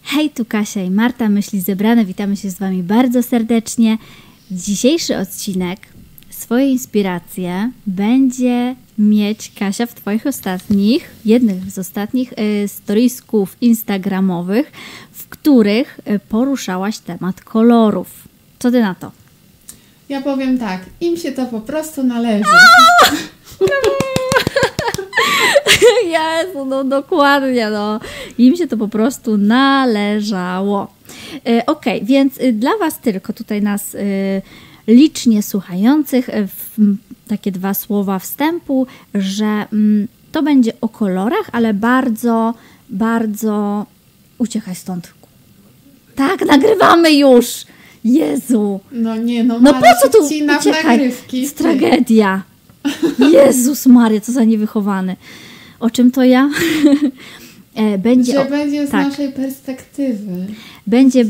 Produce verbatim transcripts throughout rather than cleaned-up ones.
Hej, tu Kasia i Marta, Myśli Zebrane. Witamy się z Wami bardzo serdecznie. Dzisiejszy odcinek, swoje inspiracje będzie mieć Kasia w Twoich ostatnich, jednych z ostatnich y, storiesków instagramowych, w których y, poruszałaś temat kolorów. Co Ty na to? Ja powiem tak, im się to po prostu należy. Jezu, no dokładnie, no. Im się to po prostu należało. E, Okej, okay, więc y, dla Was tylko tutaj nas y, licznie słuchających y, w, takie dwa słowa wstępu, że y, to będzie o kolorach, ale bardzo, bardzo... Uciekaj stąd. Tak, nagrywamy już! Jezu! No nie, no, no po co tu uciekaj? To jest tragedia. Jezus Maria, co za niewychowany. O czym to ja? Będzie Że o, będzie z tak. naszej perspektywy. Będzie,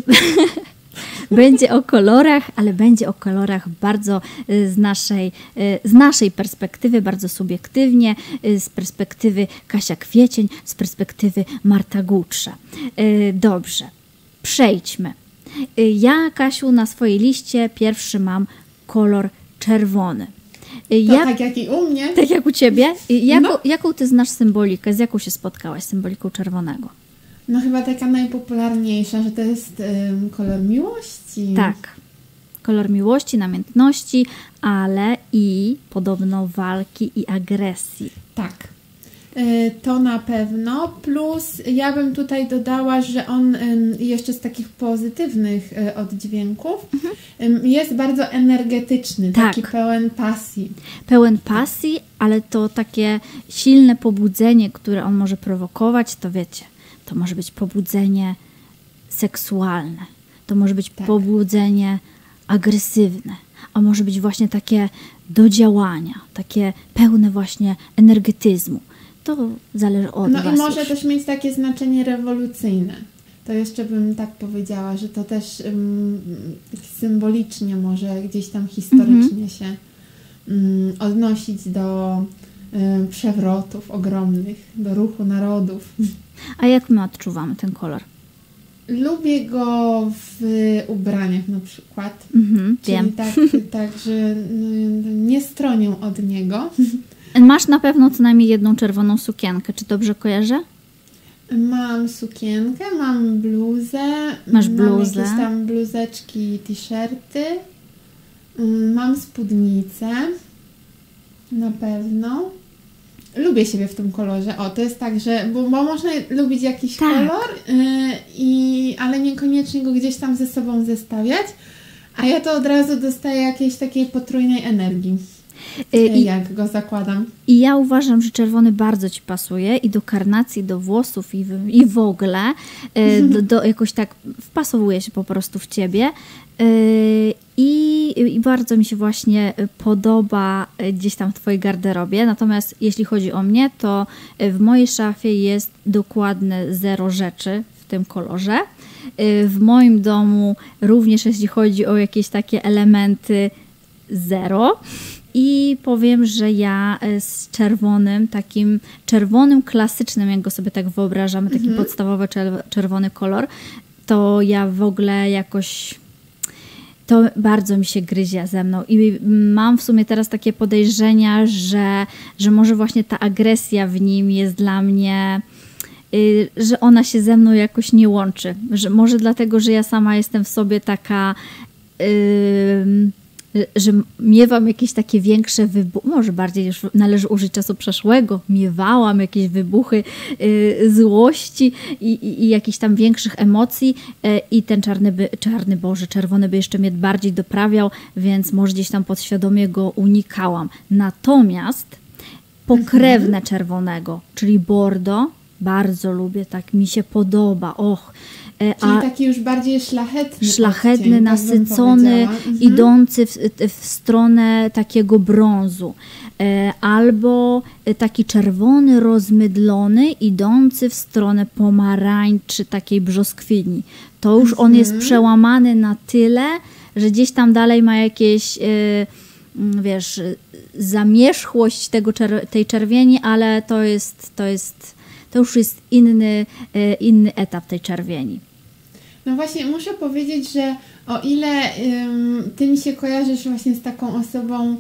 będzie o kolorach, ale będzie o kolorach bardzo z naszej, z naszej perspektywy, bardzo subiektywnie, z perspektywy Kasia Kwiecień, z perspektywy Marta Gutrza. Dobrze, przejdźmy. Ja, Kasiu, na swojej liście pierwszy mam kolor czerwony. To jak, tak jak i u mnie. Tak jak u Ciebie. Jaką, no. jaką Ty znasz symbolikę? Z jaką się spotkałaś symboliką czerwonego? No chyba taka najpopularniejsza, że to jest um, kolor miłości. Tak. Kolor miłości, namiętności, ale i podobno walki i agresji. Tak. To na pewno, plus ja bym tutaj dodała, że on jeszcze z takich pozytywnych oddźwięków mhm. jest bardzo energetyczny, tak. taki pełen pasji. Pełen pasji, ale to takie silne pobudzenie, które on może prowokować, to wiecie, to może być pobudzenie seksualne, to może być tak. pobudzenie agresywne, a może być właśnie takie do działania, takie pełne właśnie energetyzmu. To zależy od No was i może już. też mieć takie znaczenie rewolucyjne. To jeszcze bym tak powiedziała, że to też um, symbolicznie może gdzieś tam historycznie mm-hmm. się um, odnosić do um, przewrotów ogromnych, do ruchu narodów. A jak my odczuwamy ten kolor? Lubię go w ubraniach na przykład. Mm-hmm, Czyli wiem. tak, tak, że no, nie stronię od niego. Masz na pewno co najmniej jedną czerwoną sukienkę, czy dobrze kojarzę? Mam sukienkę, mam bluzę. Masz bluzę. Mam jakieś tam bluzeczki, t-shirty. Mam spódnicę. Na pewno. Lubię siebie w tym kolorze. O, to jest tak, że... Bo, bo można lubić jakiś tak. kolor, yy, i, ale niekoniecznie go gdzieś tam ze sobą zestawiać. A ja to od razu dostaję jakiejś takiej potrójnej energii. I, jak go zakładam. I ja uważam, że czerwony bardzo Ci pasuje i do karnacji, do włosów i w, i w ogóle do, do jakoś tak wpasowuje się po prostu w Ciebie i, i bardzo mi się właśnie podoba gdzieś tam w Twojej garderobie. Natomiast jeśli chodzi o mnie, to w mojej szafie jest dokładne zero rzeczy w tym kolorze. W moim domu również jeśli chodzi o jakieś takie elementy, zero. I powiem, że ja z czerwonym, takim czerwonym klasycznym, jak go sobie tak wyobrażamy, taki mhm. podstawowy czerwony kolor, to ja w ogóle jakoś, to bardzo mi się gryzie ze mną i mam w sumie teraz takie podejrzenia, że, że może właśnie ta agresja w nim jest dla mnie, yy, że ona się ze mną jakoś nie łączy. Że może dlatego, że ja sama jestem w sobie taka... Yy, że miewam jakieś takie większe wybuchy, może bardziej już należy użyć czasu przeszłego, miewałam jakieś wybuchy y, złości i, i, i jakichś tam większych emocji y, i ten czarny, by, czarny Boże, czerwony by jeszcze mnie bardziej doprawiał, więc może gdzieś tam podświadomie go unikałam. Natomiast pokrewne mhm. czerwonego, czyli bordo, bardzo lubię, tak mi się podoba, och. Czyli a taki już bardziej szlachetny. Szlachetny, odcień, nasycony, tak idący w, w stronę takiego brązu. Albo taki czerwony, rozmydlony, idący w stronę pomarańczy, takiej brzoskwini. To już mhm. on jest przełamany na tyle, że gdzieś tam dalej ma jakieś, wiesz, zamierzchłość tego, tej czerwieni, ale to jest, to jest, to już jest inny, inny etap tej czerwieni. No właśnie, muszę powiedzieć, że o ile ym, ty mi się kojarzysz właśnie z taką osobą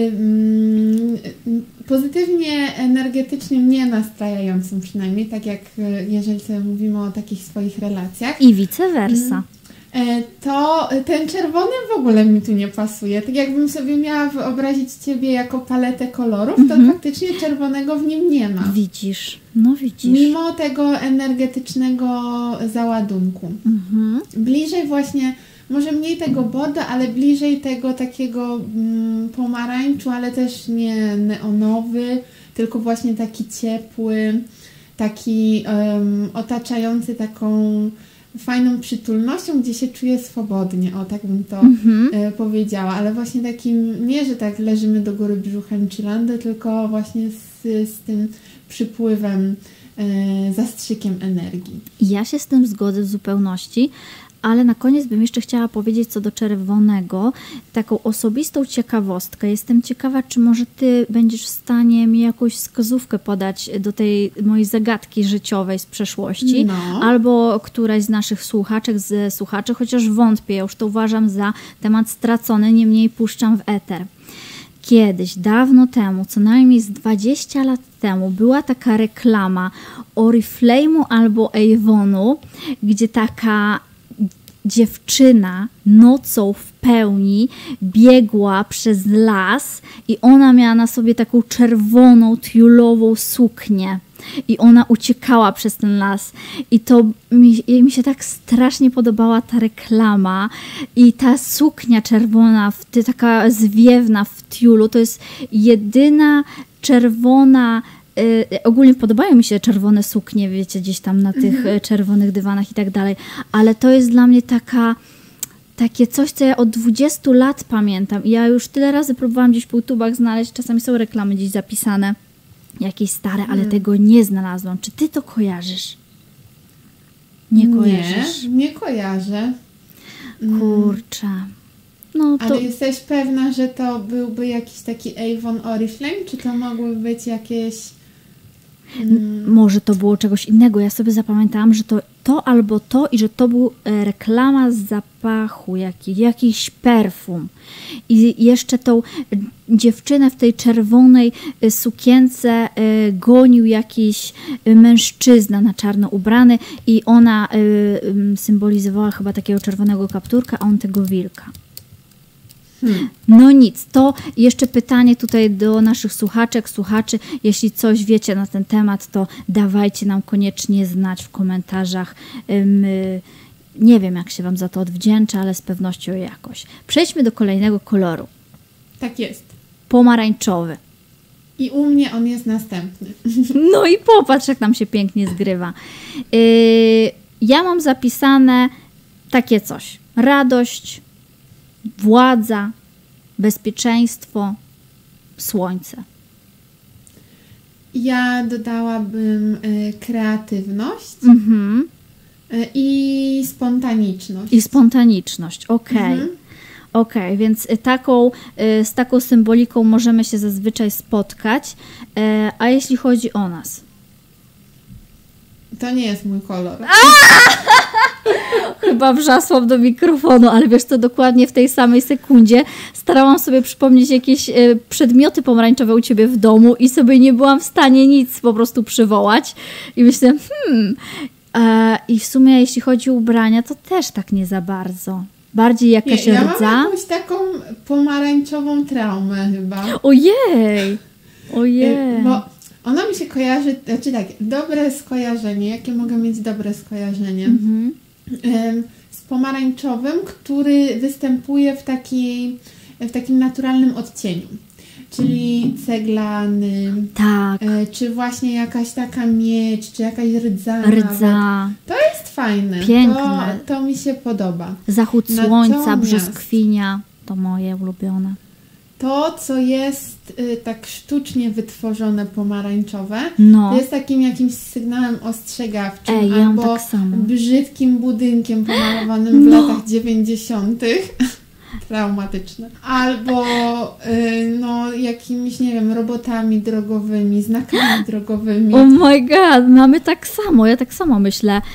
ym, pozytywnie, energetycznie mnie nastrajającą przynajmniej, tak jak jeżeli sobie mówimy o takich swoich relacjach. I vice versa. Ym, to ten czerwony w ogóle mi tu nie pasuje. Tak jakbym sobie miała wyobrazić Ciebie jako paletę kolorów, to mm-hmm. faktycznie czerwonego w nim nie ma. Widzisz, no widzisz. Mimo tego energetycznego załadunku. Mm-hmm. Bliżej właśnie, może mniej tego bordo, ale bliżej tego takiego mm, pomarańczu, ale też nie neonowy, tylko właśnie taki ciepły, taki um, otaczający taką fajną przytulnością, gdzie się czuję swobodnie, o tak bym to mm-hmm. e, powiedziała, ale właśnie takim, nie, że tak leżymy do góry brzuchem chillando, tylko właśnie z, z tym przypływem, e, zastrzykiem energii. Ja się z tym zgodzę w zupełności, ale na koniec bym jeszcze chciała powiedzieć co do czerwonego, taką osobistą ciekawostkę. Jestem ciekawa, czy może Ty będziesz w stanie mi jakąś wskazówkę podać do tej mojej zagadki życiowej z przeszłości, no. albo któraś z naszych słuchaczek, z słuchaczy, chociaż wątpię, ja już to uważam za temat stracony, niemniej puszczam w eter. Kiedyś, dawno temu, co najmniej z dwadzieścia lat temu, była taka reklama Oriflame'u albo Avonu, gdzie taka dziewczyna nocą w pełni biegła przez las i ona miała na sobie taką czerwoną, tiulową suknię. I ona uciekała przez ten las. I to mi, mi się tak strasznie podobała ta reklama. I ta suknia czerwona, taka zwiewna w tiulu, to jest jedyna czerwona. Yy, ogólnie podobają mi się czerwone suknie, wiecie, gdzieś tam na tych mhm. czerwonych dywanach i tak dalej, ale to jest dla mnie taka, takie coś, co ja od dwudziestu lat pamiętam i ja już tyle razy próbowałam gdzieś po YouTubach znaleźć, czasami są reklamy gdzieś zapisane, jakieś stare, ale mhm. tego nie znalazłam. Czy ty to kojarzysz? Nie kojarzysz? Nie, nie kojarzę. Kurczę. No, to... Ale jesteś pewna, że to byłby jakiś taki Avon Oriflame, czy to mogły być jakieś... Mm... Może to było czegoś innego. Ja sobie zapamiętałam, że to, to albo to i że to był reklama z zapachu, jaki, jakiś perfum. I jeszcze tą dziewczynę w tej czerwonej sukience gonił jakiś mężczyzna na czarno ubrany i ona symbolizowała chyba takiego czerwonego kapturka, a on tego wilka. Hmm. No nic, to jeszcze pytanie tutaj do naszych słuchaczek, słuchaczy. Jeśli coś wiecie na ten temat, to dawajcie nam koniecznie znać w komentarzach. My, nie wiem, jak się Wam za to odwdzięczę, ale z pewnością jakoś. Przejdźmy do kolejnego koloru. Tak jest. Pomarańczowy. I u mnie on jest następny. No i popatrz, jak nam się pięknie zgrywa. Yy, ja mam zapisane takie coś. Radość, władza, bezpieczeństwo, słońce. Ja dodałabym y, kreatywność mm-hmm. y, i spontaniczność. I spontaniczność, okej. Okay. Mm-hmm. Okej, okay, więc taką, y, z taką symboliką możemy się zazwyczaj spotkać. Y, a jeśli chodzi o nas? To nie jest mój kolor. Chyba wrzasłam do mikrofonu, ale wiesz co, dokładnie w tej samej sekundzie starałam sobie przypomnieć jakieś y, przedmioty pomarańczowe u Ciebie w domu i sobie nie byłam w stanie nic po prostu przywołać. I myślę, hmm... E, I w sumie jeśli chodzi o ubrania, to też tak nie za bardzo. Bardziej jakaś nie, ja rdza. mam jakąś taką pomarańczową traumę chyba. Ojej! Ojej! Bo ona mi się kojarzy, znaczy tak, dobre skojarzenie. Jakie mogę mieć dobre skojarzenie? Mm-hmm. Z pomarańczowym, który występuje w, takiej, w takim naturalnym odcieniu. Czyli ceglany, tak. czy właśnie jakaś taka miedź, czy jakaś rdza. Rdza. To jest fajne. Piękne. To, to mi się podoba. Zachód słońca, Natomiast brzoskwinia, to moje ulubione. To, co jest y, tak sztucznie wytworzone pomarańczowe, no. to jest takim jakimś sygnałem ostrzegawczym. Ej, ja albo tak samo. brzydkim budynkiem pomalowanym no. w latach dziewięćdziesiątych. Traumatyczne. Albo y, no jakimiś, nie wiem, robotami drogowymi, znakami drogowymi. Oh my god, mamy tak samo, ja tak samo myślę.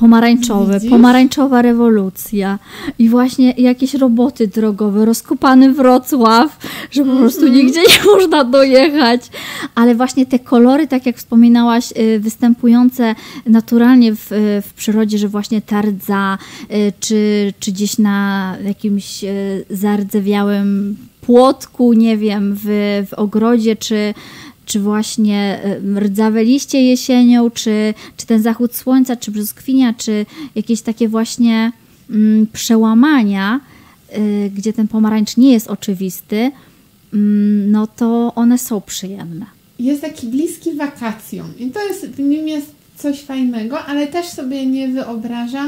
pomarańczowy, Widzisz? pomarańczowa rewolucja i właśnie jakieś roboty drogowe, rozkopany Wrocław, że po prostu nigdzie nie można dojechać, ale właśnie te kolory, tak jak wspominałaś, występujące naturalnie w, w przyrodzie, że właśnie ta rdza, czy, czy gdzieś na jakimś zardzewiałym płotku, nie wiem, w, w ogrodzie, czy czy właśnie rdzawe liście jesienią, czy, czy ten zachód słońca, czy brzoskwinia, czy jakieś takie właśnie mm, przełamania, y, gdzie ten pomarańcz nie jest oczywisty, y, no to one są przyjemne. Jest taki bliski wakacjom i to jest, w nim jest coś fajnego, ale też sobie nie wyobrażam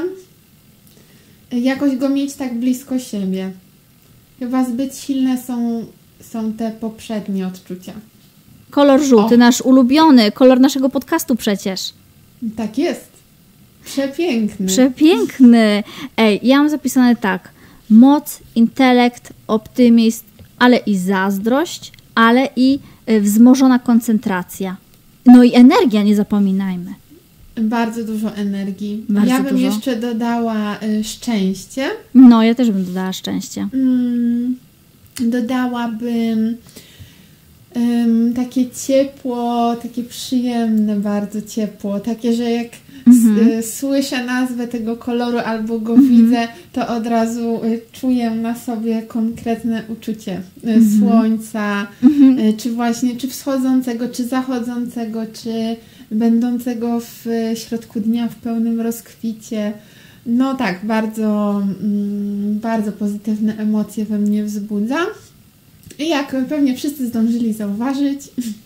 jakoś go mieć tak blisko siebie. Chyba zbyt silne są, są te poprzednie odczucia. Kolor żółty, o. Nasz ulubiony, kolor naszego podcastu przecież. Tak jest. Przepiękny. Przepiękny. Ej, ja mam zapisane tak. Moc, intelekt, optymizm, ale i zazdrość, ale i wzmożona koncentracja. No i energia, nie zapominajmy. Bardzo dużo energii. Bardzo ja bym dużo. jeszcze dodała y, szczęście. No, ja też bym dodała szczęście. Mm, dodałabym Um, takie ciepło, takie przyjemne bardzo ciepło, takie, że jak mhm. s- słyszę nazwę tego koloru albo go mhm. widzę, to od razu y, czuję na sobie konkretne uczucie y, mhm. słońca, mhm. y, czy właśnie, czy wschodzącego, czy zachodzącego, czy będącego w y, środku dnia w pełnym rozkwicie. No tak, bardzo, mm, bardzo pozytywne emocje we mnie wzbudza. I jak pewnie wszyscy zdążyli zauważyć,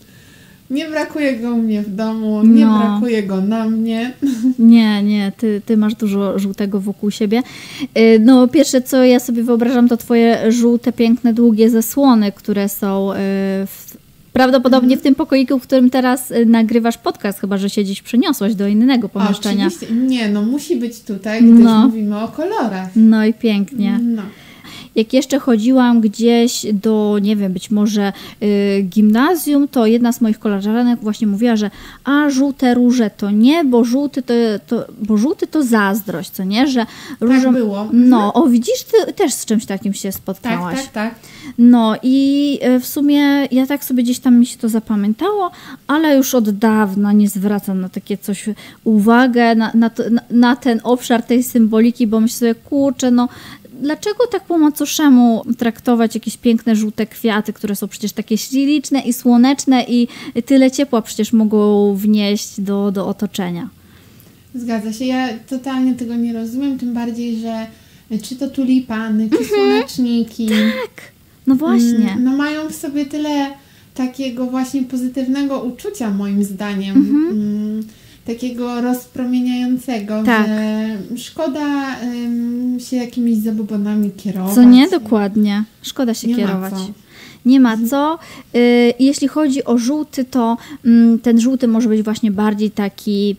nie brakuje go u mnie w domu, nie no. brakuje go na mnie. Nie, nie, ty, ty masz dużo żółtego wokół siebie. No pierwsze, co ja sobie wyobrażam, to twoje żółte, piękne, długie zasłony, które są w, prawdopodobnie mhm. w tym pokoiku, w którym teraz nagrywasz podcast, chyba że się gdzieś przeniosłaś do innego pomieszczenia. Oczywiście. Nie, no musi być tutaj, gdyż no. mówimy o kolorach. No i pięknie. No. Jak jeszcze chodziłam gdzieś do, nie wiem, być może y, gimnazjum, to jedna z moich koleżanek właśnie mówiła, że a żółte róże to nie, bo żółty to, to, bo żółty to zazdrość, co nie, że różą... Tak było. No, o widzisz, ty też z czymś takim się spotkałaś. Tak, tak, tak. No i w sumie ja tak sobie gdzieś tam mi się to zapamiętało, ale już od dawna nie zwracam na takie coś uwagę, na, na, to, na, na ten obszar tej symboliki, bo myślę sobie, kurczę, no dlaczego tak po macoszemu traktować jakieś piękne, żółte kwiaty, które są przecież takie śliczne i słoneczne i tyle ciepła przecież mogą wnieść do, do otoczenia. Zgadza się. Ja totalnie tego nie rozumiem, tym bardziej, że czy to tulipany, czy słoneczniki. Tak, no właśnie. No mają w sobie tyle takiego właśnie pozytywnego uczucia, moim zdaniem. Mhm. Takiego rozpromieniającego, tak. że szkoda um, się jakimiś zabobonami kierować. Co nie? Dokładnie. Szkoda się nie kierować. Ma co. Nie ma co. Y, jeśli chodzi o żółty, to y, ten żółty może być właśnie bardziej taki,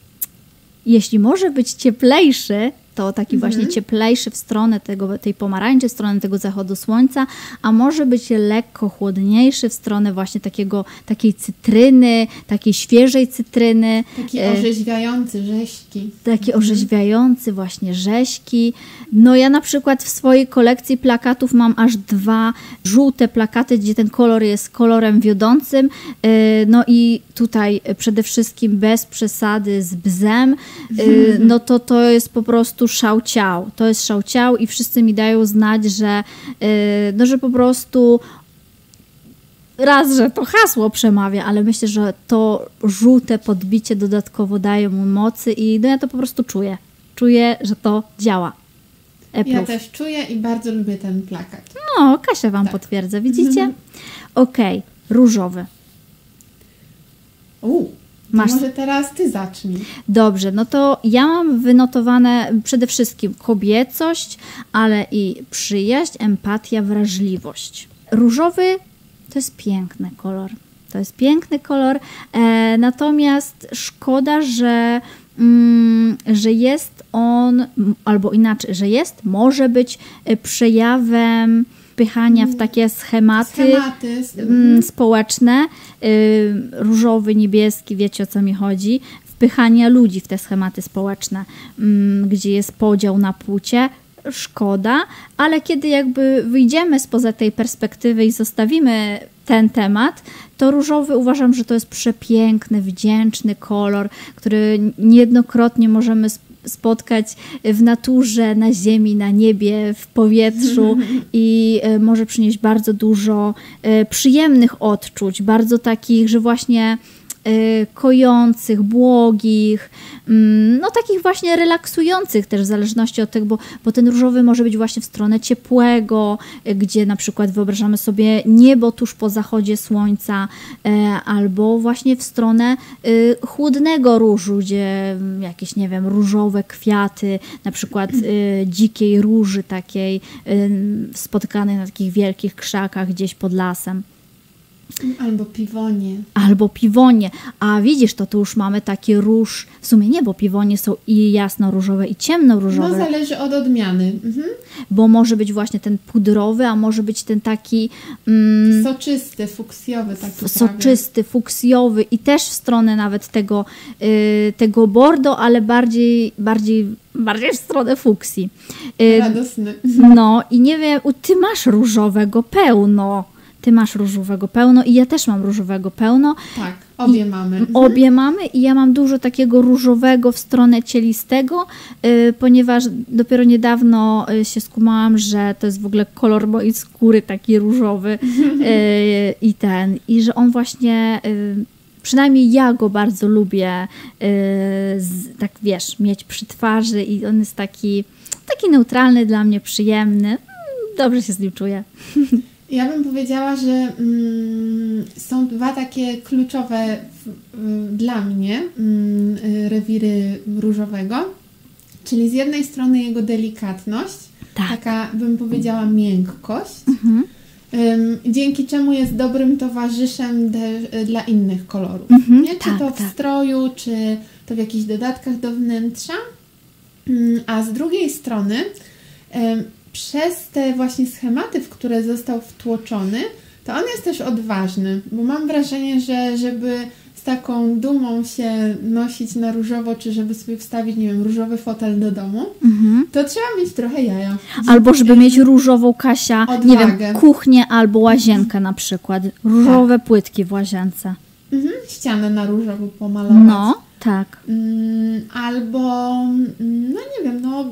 jeśli może być cieplejszy, to taki mhm. właśnie cieplejszy w stronę tego, tej pomarańczy, w stronę tego zachodu słońca, a może być lekko chłodniejszy w stronę właśnie takiego, takiej cytryny, takiej świeżej cytryny. Taki orzeźwiający, rześki. Taki mhm. orzeźwiający właśnie rześki. No ja na przykład w swojej kolekcji plakatów mam aż dwa żółte plakaty, gdzie ten kolor jest kolorem wiodącym. No i tutaj przede wszystkim bez przesady z bzem, mhm. no to to jest po prostu szał ciał. To jest szał ciał i wszyscy mi dają znać, że, no, że po prostu raz, że to hasło przemawia, ale myślę, że to żółte podbicie dodatkowo daje mu mocy i no ja to po prostu czuję. Czuję, że to działa. Eprów. Ja też czuję i bardzo lubię ten plakat. No, Kasia wam tak. potwierdza, widzicie? Mhm. Okej, okay. Różowy. Uuu. Masz... Może teraz ty zacznij. Dobrze, no to ja mam wynotowane przede wszystkim kobiecość, ale i przyjaźń, empatia, wrażliwość. Różowy to jest piękny kolor. To jest piękny kolor, e, natomiast szkoda, że, mm, że jest on, albo inaczej, że jest, może być przejawem wpychania w takie schematy, schematy mm, społeczne, y, różowy, niebieski, wiecie o co mi chodzi, wpychania ludzi w te schematy społeczne, gdzie jest podział na płcie. Szkoda, ale kiedy jakby wyjdziemy spoza tej perspektywy i zostawimy ten temat, to różowy uważam, że to jest przepiękny, wdzięczny kolor, który niejednokrotnie możemy spotkać w naturze, na ziemi, na niebie, w powietrzu i może przynieść bardzo dużo przyjemnych odczuć, bardzo takich, że właśnie kojących, błogich, no takich właśnie relaksujących też w zależności od tego, bo, bo ten różowy może być właśnie w stronę ciepłego, gdzie na przykład wyobrażamy sobie niebo tuż po zachodzie słońca, albo właśnie w stronę chłodnego różu, gdzie jakieś, nie wiem, różowe kwiaty, na przykład dzikiej róży takiej spotkanej na takich wielkich krzakach gdzieś pod lasem. Albo piwonie. Albo piwonie. A widzisz, to tu już mamy taki róż. W sumie nie, bo piwonie są i jasno-różowe, i ciemno-różowe. No zależy od odmiany. Mhm. Bo może być właśnie ten pudrowy, a może być ten taki... Mm, soczysty, fuksjowy. Taki soczysty, prawie. fuksjowy i też w stronę nawet tego, y, tego bordo, ale bardziej, bardziej, bardziej w stronę fuksji. Y, Radosny. No i nie wiem, ty masz różowego pełno. Ty masz różowego pełno i ja też mam różowego pełno. Tak, obie I, mamy. Obie mamy i ja mam dużo takiego różowego w stronę cielistego, yy, ponieważ dopiero niedawno yy, się skumałam, że to jest w ogóle kolor mojej skóry taki różowy yy, i ten, i że on właśnie... Yy, Przynajmniej ja go bardzo lubię, yy, z, tak wiesz, mieć przy twarzy i on jest taki, taki neutralny dla mnie, przyjemny. Dobrze się z nim czuję. Ja bym powiedziała, że mm, są dwa takie kluczowe w, y, dla mnie y, rewiry różowego, czyli z jednej strony jego delikatność, tak. taka bym powiedziała miękkość, mhm. y, dzięki czemu jest dobrym towarzyszem de, dla innych kolorów. Mhm, nie? Czy tak, to w tak. stroju, czy to w jakichś dodatkach do wnętrza, y, a z drugiej strony y, przez te właśnie schematy, w które został wtłoczony, to on jest też odważny, bo mam wrażenie, że żeby z taką dumą się nosić na różowo, czy żeby sobie wstawić, nie wiem, różowy fotel do domu, mhm. to trzeba mieć trochę jaja. Albo żeby mieć różową, Kasia, odwagę. Nie wiem, kuchnię albo łazienkę na przykład. Różowe tak. płytki w łazience. Mhm. Ścianę na różowo pomalować. No, tak. Mm, albo, no nie wiem, no...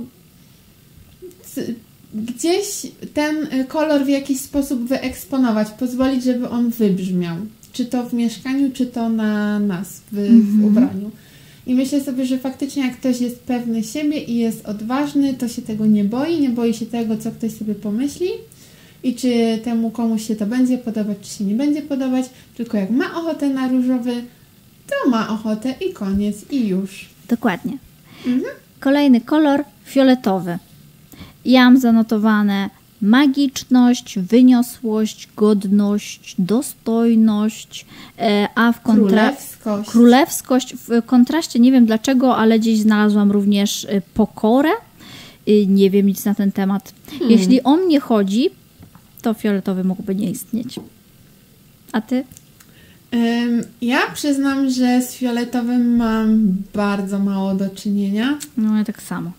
gdzieś ten kolor w jakiś sposób wyeksponować, pozwolić, żeby on wybrzmiał. Czy to w mieszkaniu, czy to na nas w, mm-hmm. w ubraniu. I myślę sobie, że faktycznie jak ktoś jest pewny siebie i jest odważny, to się tego nie boi, nie boi się tego, co ktoś sobie pomyśli i czy temu komuś się to będzie podobać, czy się nie będzie podobać, tylko jak ma ochotę na różowy, to ma ochotę i koniec, i już. Dokładnie. Mhm. Kolejny kolor, fioletowy. Ja mam zanotowane magiczność, wyniosłość, godność, dostojność, a w kontraście królewskość. królewskość. W kontraście, nie wiem dlaczego, ale gdzieś znalazłam również pokorę. Nie wiem nic na ten temat. Hmm. Jeśli o mnie chodzi, to fioletowy mógłby nie istnieć. A ty? Um, ja przyznam, że z fioletowym mam bardzo mało do czynienia. No ja tak samo.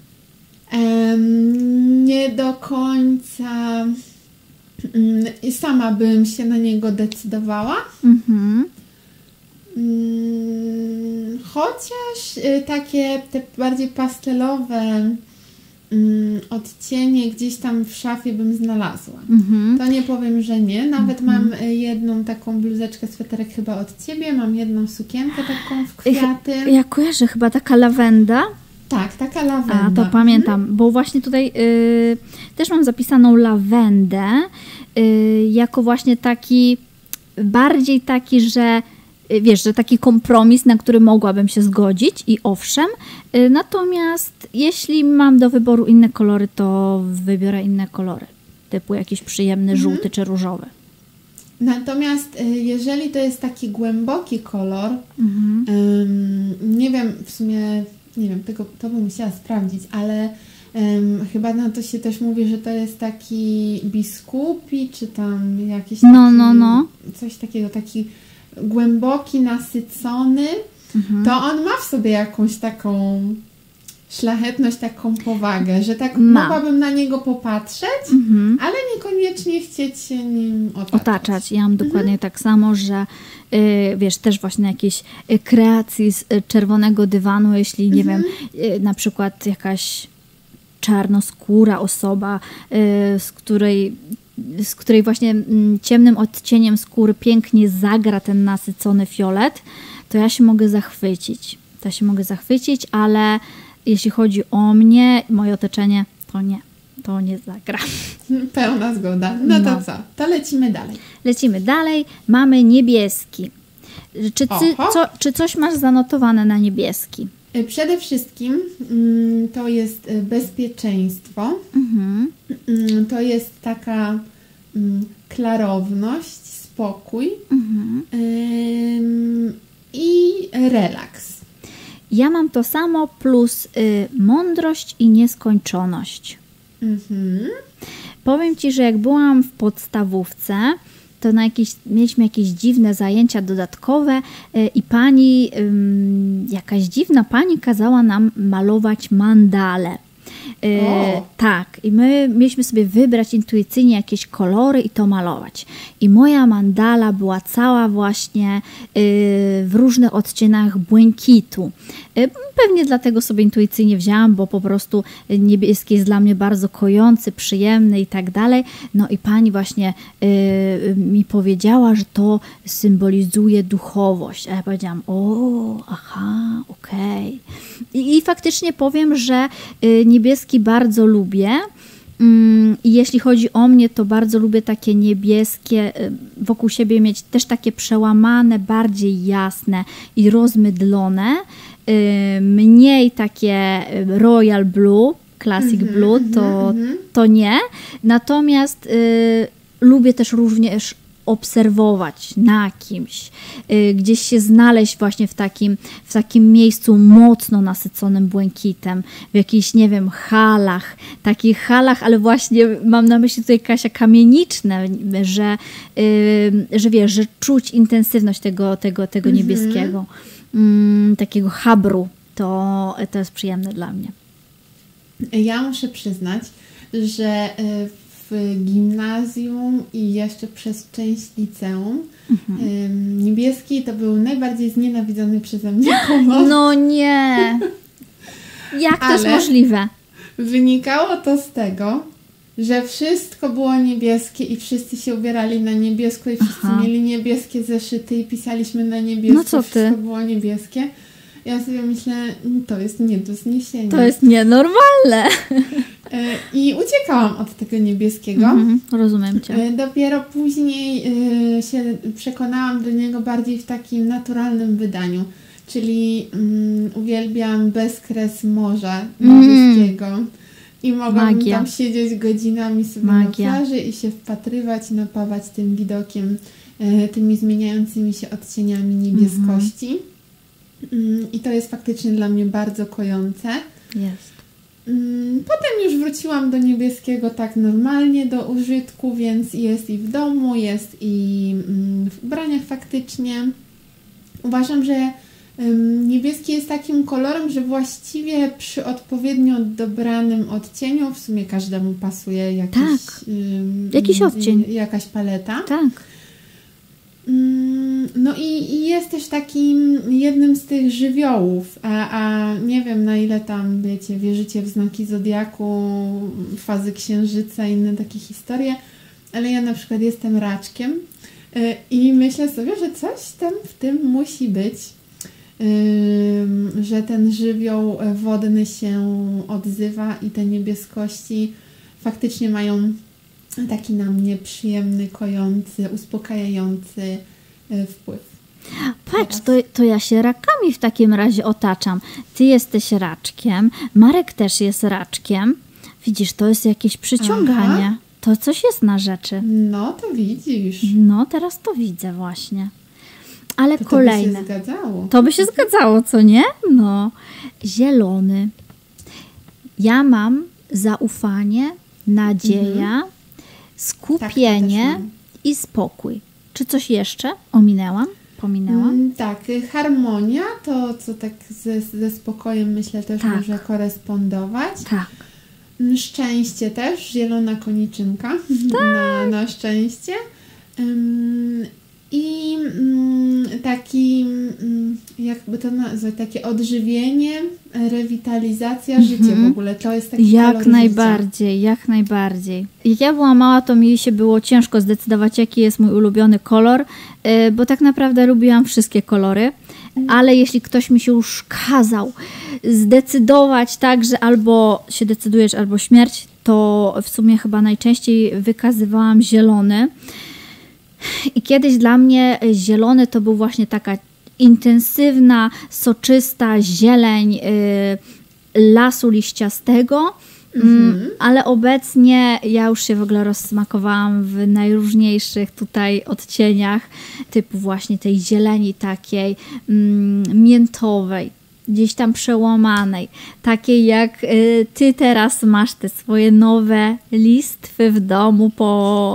Um, nie do końca um, sama bym się na niego decydowała. Mhm. Um, chociaż y, takie te bardziej pastelowe um, odcienie gdzieś tam w szafie bym znalazła. Mhm. To nie powiem, że nie. Nawet mhm. mam jedną taką bluzeczkę, sweterek chyba od Ciebie. Mam jedną sukienkę taką w kwiaty. Ja, ja kojarzę chyba taka lawenda. Tak, taka lawenda. A, to pamiętam, mhm. bo właśnie tutaj y, też mam zapisaną lawendę y, jako właśnie taki, bardziej taki, że y, wiesz, że taki kompromis, na który mogłabym się zgodzić i owszem, y, natomiast jeśli mam do wyboru inne kolory, to wybiorę inne kolory, typu jakiś przyjemny mhm. żółty czy różowy. Natomiast y, jeżeli to jest taki głęboki kolor, mhm. y, nie wiem w sumie... Nie wiem, tego, to bym musiała sprawdzić, ale um, chyba na to się też mówi, że to jest taki biskupi, czy tam jakiś taki, no, no, no. coś takiego, taki głęboki, nasycony mhm. to on ma w sobie jakąś taką szlachetność, taką powagę, że tak ma. mogłabym na niego popatrzeć, mhm. ale niekoniecznie chcieć się nim otaczać. Otaczać. Ja mam dokładnie mhm. tak samo, że yy, wiesz, też właśnie jakieś yy, kreacji z yy, czerwonego dywanu, jeśli nie mhm. wiem, yy, na przykład jakaś czarnoskóra osoba, yy, z której z której właśnie mm, ciemnym odcieniem skóry pięknie zagra ten nasycony fiolet, to ja się mogę zachwycić. To ja się mogę zachwycić, ale jeśli chodzi o mnie, moje otoczenie, to nie. To nie zagra. Pełna zgoda. No, no. to co? To lecimy dalej. Lecimy dalej. Mamy niebieski. Czy, ty, co, czy coś masz zanotowane na niebieski? Przede wszystkim mm, to jest bezpieczeństwo. Mhm. To jest taka mm, klarowność, spokój mhm. ym, i relaks. Ja mam to samo plus y, mądrość i nieskończoność. Mhm. Powiem Ci, że jak byłam w podstawówce, to na jakieś, mieliśmy jakieś dziwne zajęcia dodatkowe y, i pani, y, jakaś dziwna pani kazała nam malować mandale. Yy, tak, i my mieliśmy sobie wybrać intuicyjnie jakieś kolory i to malować. I moja mandala była cała właśnie yy, w różnych odcieniach błękitu. Yy, pewnie dlatego sobie intuicyjnie wzięłam, bo po prostu niebieski jest dla mnie bardzo kojący, przyjemny i tak dalej. No i pani właśnie yy, mi powiedziała, że to symbolizuje duchowość. A ja powiedziałam, o, aha, okej. Okay. I, I faktycznie powiem, że yy, niebieski bardzo lubię i jeśli chodzi o mnie, to bardzo lubię takie niebieskie, wokół siebie mieć też takie przełamane, bardziej jasne i rozmydlone, mniej takie royal blue, classic mm-hmm, blue, to, mm-hmm. to nie, natomiast y, lubię też również obserwować na kimś, y, gdzieś się znaleźć właśnie w takim, w takim miejscu mocno nasyconym błękitem, w jakichś, nie wiem, halach, takich halach, ale właśnie mam na myśli tutaj, Kasia, kamieniczne, że, y, że wiesz, że czuć intensywność tego, tego, tego mm-hmm. niebieskiego, y, takiego habru, to, to jest przyjemne dla mnie. Ja muszę przyznać, że y, w gimnazjum i jeszcze przez część liceum mhm. niebieski to był najbardziej znienawidzony przeze mnie kolor. No nie! Jak to jest możliwe? Wynikało to z tego, że wszystko było niebieskie i wszyscy się ubierali na niebiesko i wszyscy Aha. mieli niebieskie zeszyty i pisaliśmy na niebiesko. No co ty? Wszystko było niebieskie. Ja sobie myślę, to jest nie do zniesienia. To jest nienormalne. I uciekałam od tego niebieskiego. Mhm, rozumiem Cię. Dopiero później się przekonałam do niego bardziej w takim naturalnym wydaniu. Czyli um, uwielbiam bezkres morza morzyskiego. Mm. I mogłam Magia. tam siedzieć godzinami sobie Magia. na plaży i się wpatrywać, napawać tym widokiem, tymi zmieniającymi się odcieniami niebieskości. Mhm. I to jest faktycznie dla mnie bardzo kojące. Jest. Potem już wróciłam do niebieskiego tak normalnie do użytku, więc jest i w domu, jest i w ubraniach faktycznie. Uważam, że niebieski jest takim kolorem, że właściwie przy odpowiednio dobranym odcieniu, w sumie każdemu pasuje jakiś, tak. jakiś odcień. Jakaś paleta. Tak. No i, i jest też takim jednym z tych żywiołów, a, a nie wiem na ile tam, wiecie, wierzycie w znaki zodiaku, fazy księżyca i inne takie historie, ale ja na przykład jestem raczkiem i myślę sobie, że coś tam w tym musi być, że ten żywioł wodny się odzywa i te niebieskości faktycznie mają taki na mnie przyjemny, kojący, uspokajający wpływ. Patrz, to, to ja się rakami w takim razie otaczam. Ty jesteś raczkiem, Marek też jest raczkiem. Widzisz, to jest jakieś przyciąganie. Aha. To coś jest na rzeczy. No, to widzisz. No, teraz to widzę właśnie. Ale to kolejne. To by się zgadzało. To by się zgadzało, co nie? No. Zielony. Ja mam zaufanie, nadzieja, mhm. skupienie tak, i spokój. Czy coś jeszcze ominęłam? pominęłam? Mm, tak, harmonia to, co tak ze, ze spokojem myślę też tak. może korespondować. Tak. Szczęście też, zielona koniczynka tak. na, na szczęście. Um, I um, taki, um, jakby to nazwać, takie odżywienie, rewitalizacja, mhm. życie w ogóle. To jest taki Jak kolor najbardziej, życia. jak najbardziej. Jak ja byłam mała, to mi się było ciężko zdecydować, jaki jest mój ulubiony kolor, bo tak naprawdę lubiłam wszystkie kolory. Ale jeśli ktoś mi się już kazał zdecydować tak, że albo się decydujesz, albo śmierć, to w sumie chyba najczęściej wykazywałam zielony. I kiedyś dla mnie zielony to był właśnie taka intensywna, soczysta zieleń y, lasu liściastego, mm, ale obecnie ja już się w ogóle rozsmakowałam w najróżniejszych tutaj odcieniach, typu właśnie tej zieleni takiej mm, miętowej, gdzieś tam przełamanej, takiej jak y, ty teraz masz te swoje nowe listwy w domu po,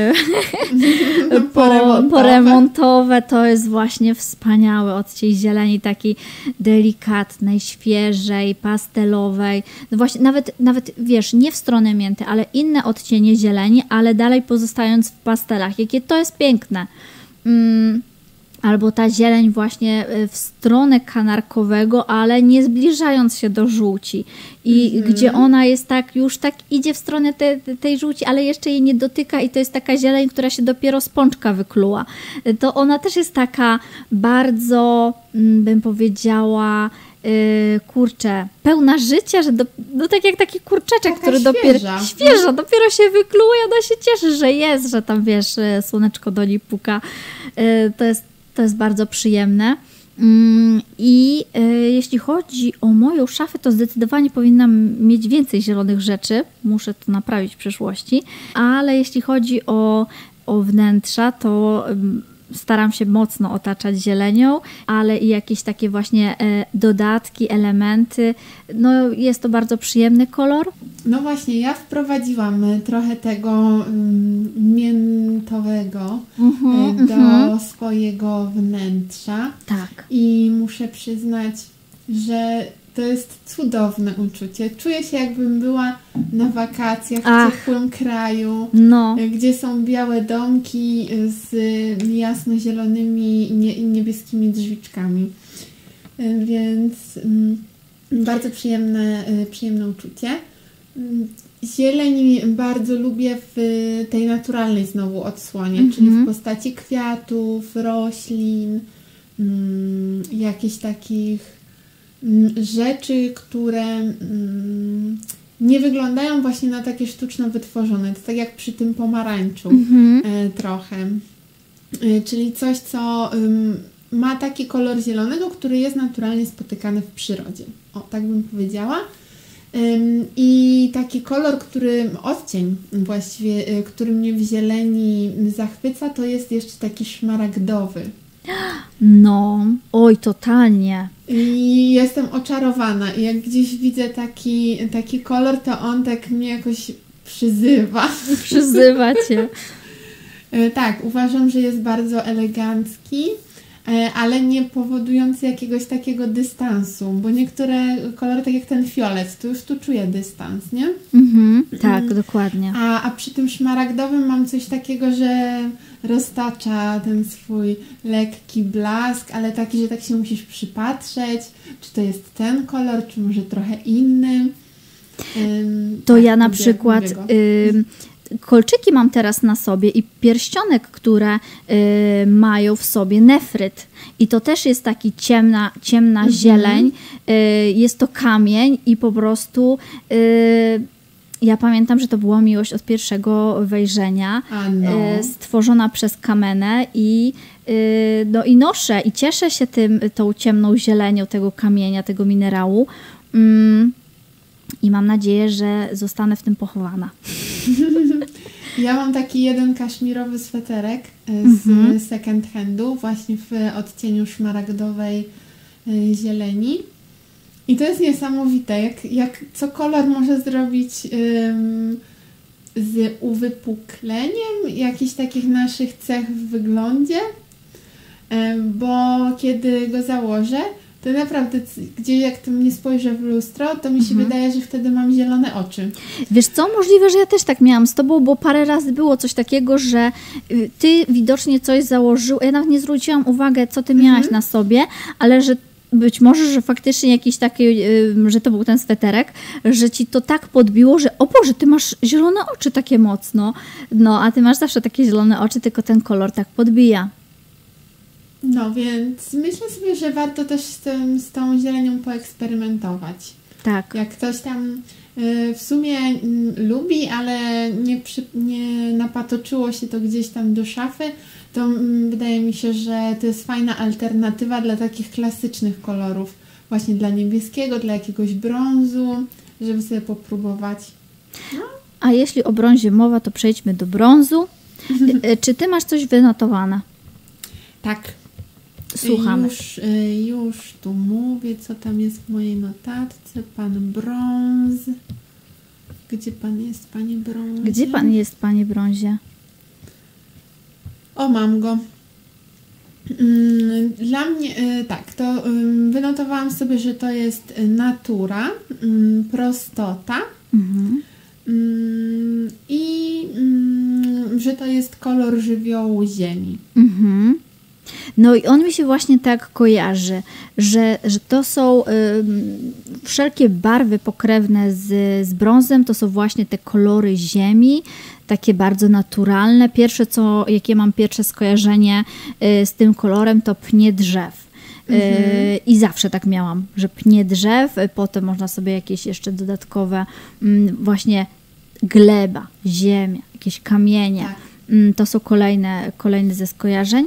y, po, po remontowe. To jest właśnie wspaniały odcień zieleni, takiej delikatnej, świeżej, pastelowej. No właśnie, nawet, nawet wiesz, nie w stronę mięty, ale inne odcienie zieleni, ale dalej pozostając w pastelach. Jakie to jest piękne. Mm. Albo ta zieleń właśnie w stronę kanarkowego, ale nie zbliżając się do żółci. I mm-hmm. gdzie ona jest tak, już tak idzie w stronę te, tej żółci, ale jeszcze jej nie dotyka i to jest taka zieleń, która się dopiero z pączka wykluła. To ona też jest taka bardzo, bym powiedziała, Yy, kurczę, pełna życia, że do, no tak jak taki kurczaczek, taka który świeża. dopiero świeża, dopiero się wykluła i ona się cieszy, że jest, że tam wiesz, słoneczko do niej puka. Yy, to jest, to jest bardzo przyjemne. Yy, I yy, jeśli chodzi o moją szafę, to zdecydowanie powinnam mieć więcej zielonych rzeczy. Muszę to naprawić w przyszłości. Ale jeśli chodzi o, o wnętrza, to yy, staram się mocno otaczać zielenią, ale i jakieś takie właśnie e, dodatki, elementy. No jest to bardzo przyjemny kolor. No właśnie, ja wprowadziłam trochę tego um, miętowego mm-hmm, do mm-hmm. swojego wnętrza. Tak. I muszę przyznać, że to jest cudowne uczucie. Czuję się, jakbym była na wakacjach w Ach, ciepłym kraju, no. gdzie są białe domki z jasnozielonymi i niebieskimi drzwiczkami. Więc bardzo przyjemne, przyjemne uczucie. Zieleń bardzo lubię w tej naturalnej znowu odsłonie, mm-hmm. czyli w postaci kwiatów, roślin, jakichś takich rzeczy, które mm, nie wyglądają właśnie na takie sztuczno wytworzone. To tak jak przy tym pomarańczu mm-hmm. e, trochę. E, czyli coś, co ym, ma taki kolor zielonego, który jest naturalnie spotykany w przyrodzie. O, tak bym powiedziała. Ym, I taki kolor, który, odcień właściwie, y, który mnie w zieleni zachwyca, to jest jeszcze taki szmaragdowy. No, oj, totalnie. I jestem oczarowana. I jak gdzieś widzę taki, taki kolor, to on tak mnie jakoś przyzywa. Przyzywa cię. Tak, uważam, że jest bardzo elegancki, ale nie powodujący jakiegoś takiego dystansu, bo niektóre kolory, tak jak ten fiolet, to już tu czuję dystans, nie? Mhm, tak, mm. dokładnie. A, a przy tym szmaragdowym mam coś takiego, że roztacza ten swój lekki blask, ale taki, że tak się musisz przypatrzeć, czy to jest ten kolor, czy może trochę inny. Ym, to tak, ja na lubię, przykład... Lubię kolczyki mam teraz na sobie i pierścionek, które y, mają w sobie nefryt. I to też jest taki ciemna, ciemna mhm. zieleń. Y, jest to kamień i po prostu y, ja pamiętam, że to była miłość od pierwszego wejrzenia. No. Y, stworzona przez Kamenę i, y, no, i noszę i cieszę się tym, tą ciemną zielenią tego kamienia, tego minerału. Mm. I mam nadzieję, że zostanę w tym pochowana. Ja mam taki jeden kaszmirowy sweterek z mm-hmm. second handu, właśnie w odcieniu szmaragdowej zieleni. I to jest niesamowite, jak, jak co kolor może zrobić ym, z uwypukleniem jakichś takich naszych cech w wyglądzie. bo kiedy go założę, to naprawdę gdzie jak to mnie spojrzę w lustro, to mi się mhm. wydaje, że wtedy mam zielone oczy. Wiesz co, możliwe, że ja też tak miałam z tobą, bo parę razy było coś takiego, że ty widocznie coś założył, ja nawet nie zwróciłam uwagę, co ty miałaś mhm. na sobie, ale że być może, że faktycznie jakiś taki, że to był ten sweterek, że ci to tak podbiło, że o Boże, ty masz zielone oczy takie mocno. No, a ty masz zawsze takie zielone oczy, tylko ten kolor tak podbija. No, więc myślę sobie, że warto też z, tym, z tą zielenią poeksperymentować. Tak. Jak ktoś tam y, w sumie y, lubi, ale nie, przy, nie napatoczyło się to gdzieś tam do szafy, to y, wydaje mi się, że to jest fajna alternatywa dla takich klasycznych kolorów. Właśnie dla niebieskiego, dla jakiegoś brązu, żeby sobie popróbować. No. A jeśli o brązie mowa, to przejdźmy do brązu. Y, czy ty masz coś wynotowane? Tak. Słuchamy. Już, już tu mówię, co tam jest w mojej notatce. Pan brąz. Gdzie pan jest, panie brązie? Gdzie pan jest, panie brązie? O, mam go. Dla mnie, tak, to wynotowałam sobie, że to jest natura, prostota mhm. i że to jest kolor żywiołu ziemi. Mhm. No i on mi się właśnie tak kojarzy, że, że to są y, wszelkie barwy pokrewne z, z brązem, to są właśnie te kolory ziemi, takie bardzo naturalne. Pierwsze, co, jakie mam pierwsze skojarzenie y, z tym kolorem, to pnie drzew. Mhm. Y, I zawsze tak miałam, że pnie drzew, y, potem można sobie jakieś jeszcze dodatkowe y, właśnie gleba, ziemia, jakieś kamienie. Tak. To są kolejne, kolejne ze skojarzeń.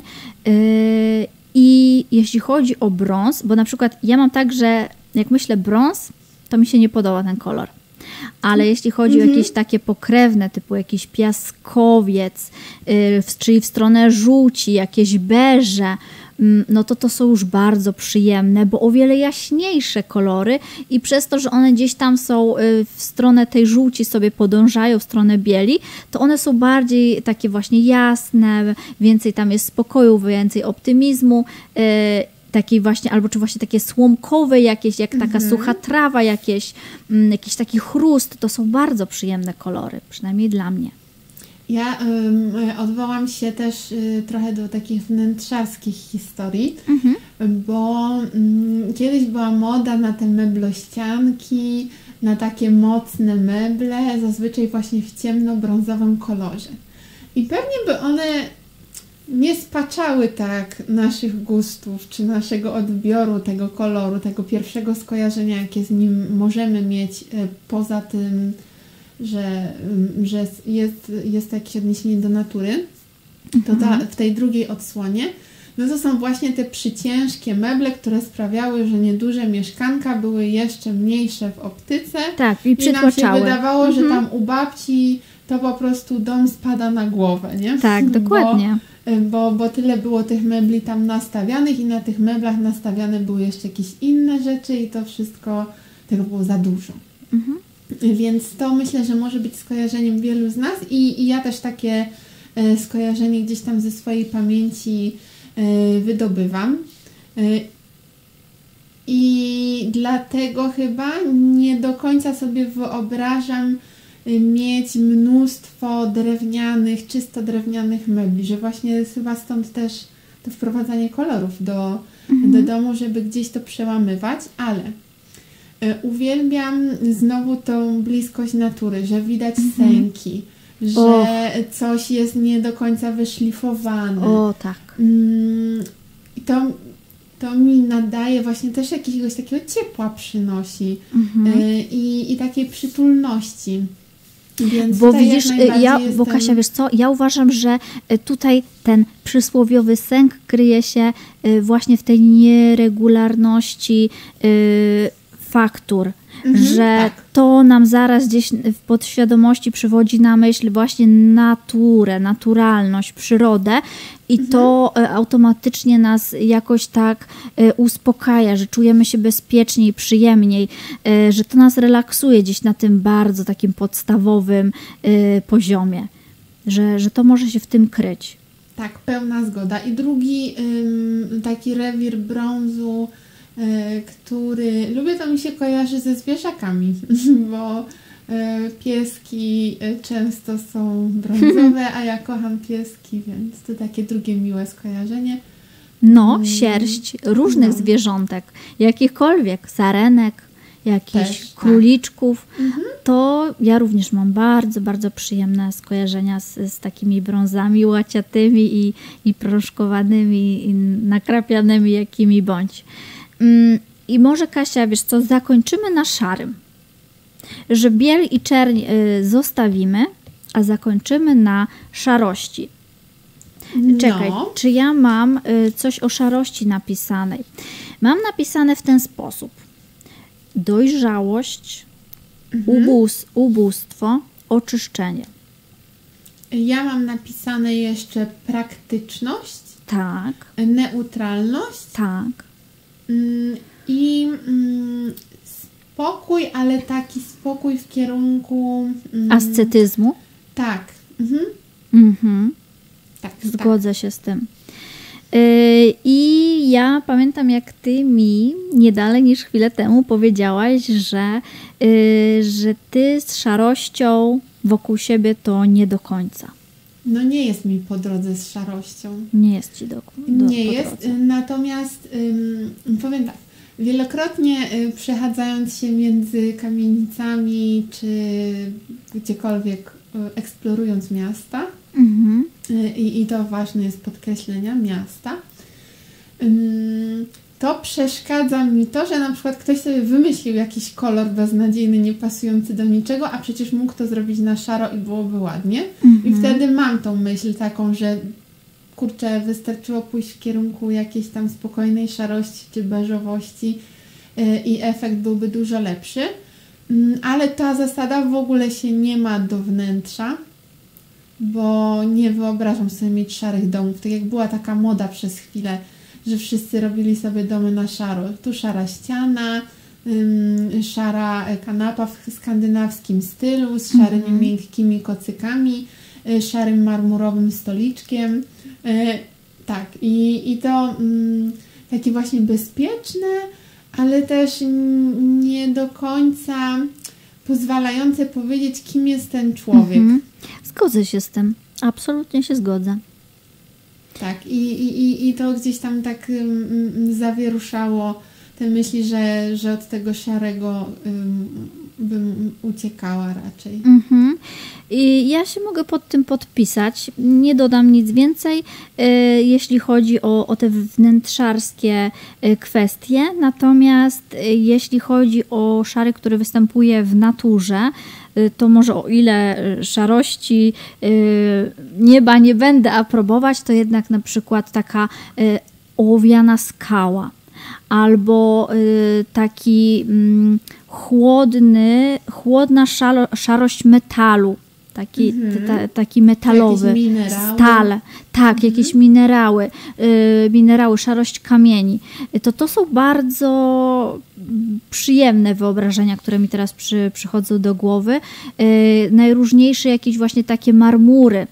I jeśli chodzi o brąz, bo na przykład ja mam tak, że jak myślę brąz, to mi się nie podoba ten kolor. Ale jeśli chodzi mm-hmm. o jakieś takie pokrewne, typu jakiś piaskowiec, czyli w stronę żółci, jakieś beże, no to to są już bardzo przyjemne, bo o wiele jaśniejsze kolory i przez to, że one gdzieś tam są w stronę tej żółci sobie podążają, w stronę bieli, to one są bardziej takie właśnie jasne, więcej tam jest spokoju, więcej optymizmu, yy, takiej właśnie, albo czy właśnie takie słomkowe jakieś, jak taka mhm. sucha trawa jakieś, mm, jakiś taki chrust, to są bardzo przyjemne kolory, przynajmniej dla mnie. Ja um, odwołam się też y, trochę do takich wnętrzarskich historii, mhm. bo um, kiedyś była moda na te meblościanki, na takie mocne meble, zazwyczaj właśnie w ciemno-brązowym kolorze. I pewnie by one nie spaczały tak naszych gustów, czy naszego odbioru tego koloru, tego pierwszego skojarzenia, jakie z nim możemy mieć, y, poza tym, że, że jest, jest jakieś odniesienie do natury, to ta, w tej drugiej odsłonie, no to są właśnie te przyciężkie meble, które sprawiały, że nieduże mieszkanka były jeszcze mniejsze w optyce. Tak, i I nam się wydawało, mhm. że tam u babci to po prostu dom spada na głowę, nie? Tak, dokładnie. Bo, bo, bo tyle było tych mebli tam nastawianych i na tych meblach nastawiane były jeszcze jakieś inne rzeczy i to wszystko, tego było za dużo. Mhm. Więc to myślę, że może być skojarzeniem wielu z nas i, i ja też takie e, skojarzenie gdzieś tam ze swojej pamięci e, wydobywam. E, I dlatego chyba nie do końca sobie wyobrażam e, mieć mnóstwo drewnianych, czysto drewnianych mebli, że właśnie chyba stąd też to wprowadzanie kolorów do, mhm. do domu, żeby gdzieś to przełamywać, ale uwielbiam znowu tą bliskość natury, że widać mhm. sęki, że oh. coś jest nie do końca wyszlifowane. O, tak. I to, to mi nadaje właśnie też jakiegoś takiego ciepła przynosi mhm. i, i takiej przytulności. Więc bo widzisz, ja, jestem... bo Kasia, wiesz co, ja uważam, że tutaj ten przysłowiowy sęk kryje się właśnie w tej nieregularności faktur, mhm, że tak. to nam zaraz gdzieś w podświadomości przywodzi na myśl właśnie naturę, naturalność, przyrodę i mhm. to automatycznie nas jakoś tak uspokaja, że czujemy się bezpieczniej, przyjemniej, że to nas relaksuje gdzieś na tym bardzo takim podstawowym poziomie, że, że to może się w tym kryć. Tak, pełna zgoda. I drugi ym, taki rewir brązu, y, który lubię, to mi się kojarzy ze zwierzakami, bo y, pieski y, często są brązowe, a ja kocham pieski, więc to takie drugie miłe skojarzenie. No, sierść różnych no. zwierzątek, jakichkolwiek, sarenek, jakichś Też, tak. króliczków, Mhm. to ja również mam bardzo, bardzo przyjemne skojarzenia z, z takimi brązami łaciatymi i, i proszkowanymi, i nakrapianymi, jakimi bądź. Mm, I może, Kasia, wiesz co, zakończymy na szarym, że biel i czerń y, zostawimy, a zakończymy na szarości. Czekaj, No. czy ja mam y, coś o szarości napisanej? Mam napisane w ten sposób. Dojrzałość, Mhm. ubóz, ubóstwo, oczyszczenie. Ja mam napisane jeszcze praktyczność, Tak, neutralność tak. mm, i mm, spokój, ale taki spokój w kierunku... Mm, Ascetyzmu. Tak. Mhm. Mhm. Tak, Zgodzę się z tym. Yy, I ja pamiętam, jak ty mi nie dalej niż chwilę temu powiedziałaś, że, yy, że ty z szarością wokół siebie to nie do końca. No nie jest mi po drodze z szarością. Nie jest ci do, do Nie po jest, drodze. y, natomiast ym, powiem tak, wielokrotnie y, przechadzając się między kamienicami, czy gdziekolwiek y, eksplorując miasta, Mhm. y, i, i to ważne jest podkreślenia, miasta, ym, to przeszkadza mi to, że na przykład ktoś sobie wymyślił jakiś kolor beznadziejny, niepasujący do niczego, a przecież mógł to zrobić na szaro i byłoby ładnie. Mhm. I wtedy mam tą myśl taką, że kurczę, wystarczyło pójść w kierunku jakiejś tam spokojnej szarości czy beżowości yy, i efekt byłby dużo lepszy. Yy, ale ta zasada w ogóle się nie ma do wnętrza, bo nie wyobrażam sobie mieć szarych domów. Tak jak była taka moda przez chwilę, że wszyscy robili sobie domy na szaro. Tu szara ściana, ym, szara kanapa w skandynawskim stylu, z szarymi Mhm. miękkimi kocykami, y, szarym marmurowym stoliczkiem. Y, tak, i, i to mm, takie właśnie bezpieczne, ale też mm, nie do końca pozwalające powiedzieć, kim jest ten człowiek. Mhm. Zgodzę się z tym. Absolutnie się zgodzę. Tak, i, i, i- i to gdzieś tam tak um, zawieruszało te myśli, że, że od tego szarego um, bym uciekała raczej. Mhm. I ja się mogę pod tym podpisać. Nie dodam nic więcej, e, jeśli chodzi o, o te wnętrzarskie e, kwestie. Natomiast e, jeśli chodzi o szary, który występuje w naturze, e, to może o ile e, szarości e, nieba nie będę aprobować, to jednak na przykład taka e, ołowiana skała albo y, taki mm, chłodny, chłodna szalo, szarość metalu, taki, Mhm. ta, taki metalowy, Jakieś minerały. stal, tak, jakieś minerały, y, minerały, szarość kamieni. To to są bardzo mm, przyjemne wyobrażenia, które mi teraz przy, przychodzą do głowy. Y, najróżniejsze jakieś właśnie takie marmury.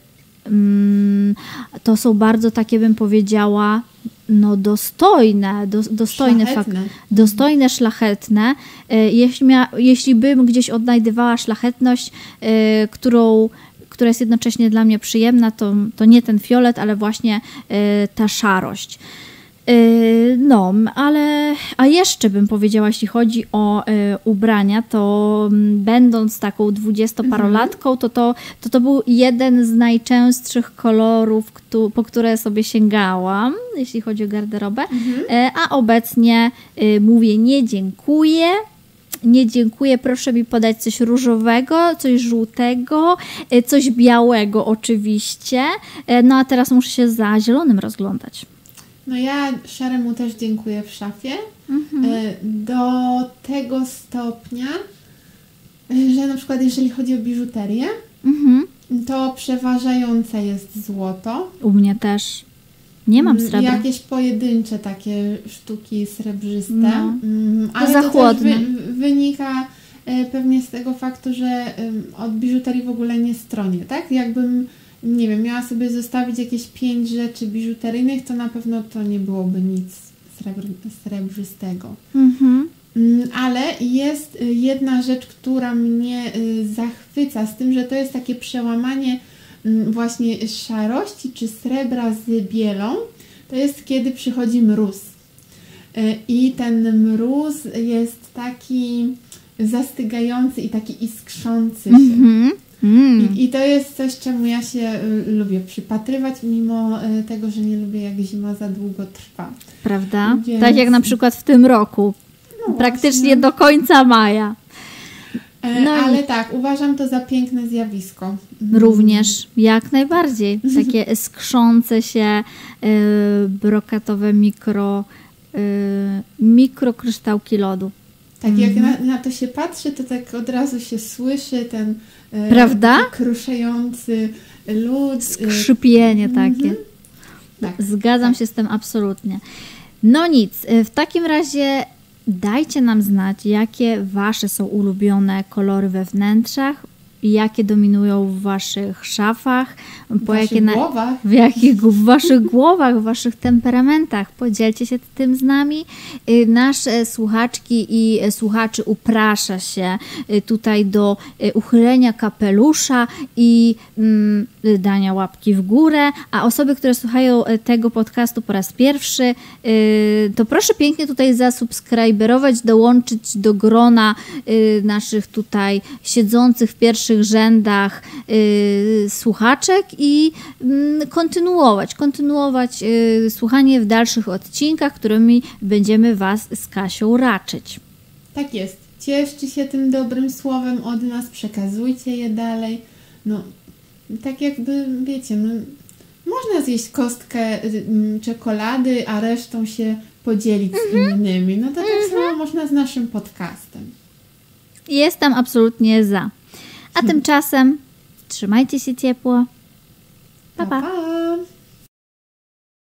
Mm, to są bardzo takie, bym powiedziała, no dostojne, do, dostojne, fak, Szlachetne. dostojne, szlachetne. E, Jeśli, mia, jeśli bym gdzieś odnajdywała szlachetność, e, którą, która jest jednocześnie dla mnie przyjemna, to, to nie ten fiolet, ale właśnie e, ta szarość. E, No, ale a jeszcze bym powiedziała, jeśli chodzi o e, ubrania, to m, będąc taką dwudziestoparolatką, to to, to to był jeden z najczęstszych kolorów, któ- po które sobie sięgałam, jeśli chodzi o garderobę, e, a obecnie e, mówię nie dziękuję. Nie dziękuję, proszę mi podać coś różowego, coś żółtego, e, coś białego oczywiście. E, No a teraz muszę się za zielonym rozglądać. No ja szaremu też dziękuję w szafie. Mhm. E, Do tego stopnia, e, że na przykład jeżeli chodzi o biżuterię, Mhm. to przeważające jest złoto. U mnie też. Nie mam Mm, srebra. Jakieś pojedyncze takie sztuki srebrzyste. No. Mm, To Ale za to chłodne. też wy, wynika e, pewnie z tego faktu, że em, od biżuterii w ogóle nie stronię, tak? Jakbym nie wiem, miała sobie zostawić jakieś pięć rzeczy biżuteryjnych, to na pewno to nie byłoby nic srebr, srebrzystego. Mhm. Ale jest jedna rzecz, która mnie zachwyca, z tym, że to jest takie przełamanie właśnie szarości czy srebra z bielą. To jest, kiedy przychodzi mróz. I ten mróz jest taki zastygający i taki iskrzący się. Mm-hmm. Mm. I, I to jest coś, czemu ja się y, lubię przypatrywać, mimo y, tego, że nie lubię, jak zima za długo trwa. Prawda? Więc... Tak jak na przykład w tym roku. No praktycznie właśnie. Do końca maja. No Ale i... tak, uważam to za piękne zjawisko. Również, jak najbardziej. Takie skrzące się y, brokatowe mikro, y, mikrokryształki lodu. Tak, jak na, na to się patrzy, to tak od razu się słyszy ten y, Prawda? kruszający lód. Skrzypienie y, takie. Mm-hmm. Tak, Zgadzam tak. się z tym absolutnie. No nic, w takim razie dajcie nam znać, jakie wasze są ulubione kolory we wnętrzach, jakie dominują w waszych szafach, w po waszych jakie głowach. W jakich w waszych głowach, w waszych temperamentach. Podzielcie się tym z nami. Nasze słuchaczki i słuchaczy uprasza się tutaj do uchylenia kapelusza i mm, dania łapki w górę, a osoby, które słuchają tego podcastu po raz pierwszy, to proszę pięknie tutaj zasubskryberować, dołączyć do grona naszych tutaj siedzących w pierwszych rzędach y, słuchaczek i y, kontynuować, kontynuować y, słuchanie w dalszych odcinkach, którymi będziemy was z Kasią raczyć. Tak jest. Cieszcie się tym dobrym słowem od nas, przekazujcie je dalej. No, tak jakby, wiecie, no, można zjeść kostkę y, czekolady, a resztą się podzielić mm-hmm. z innymi. No to tak mm-hmm. samo można z naszym podcastem. Jestem absolutnie za. A tymczasem trzymajcie się ciepło. Pa, pa. Pa, pa.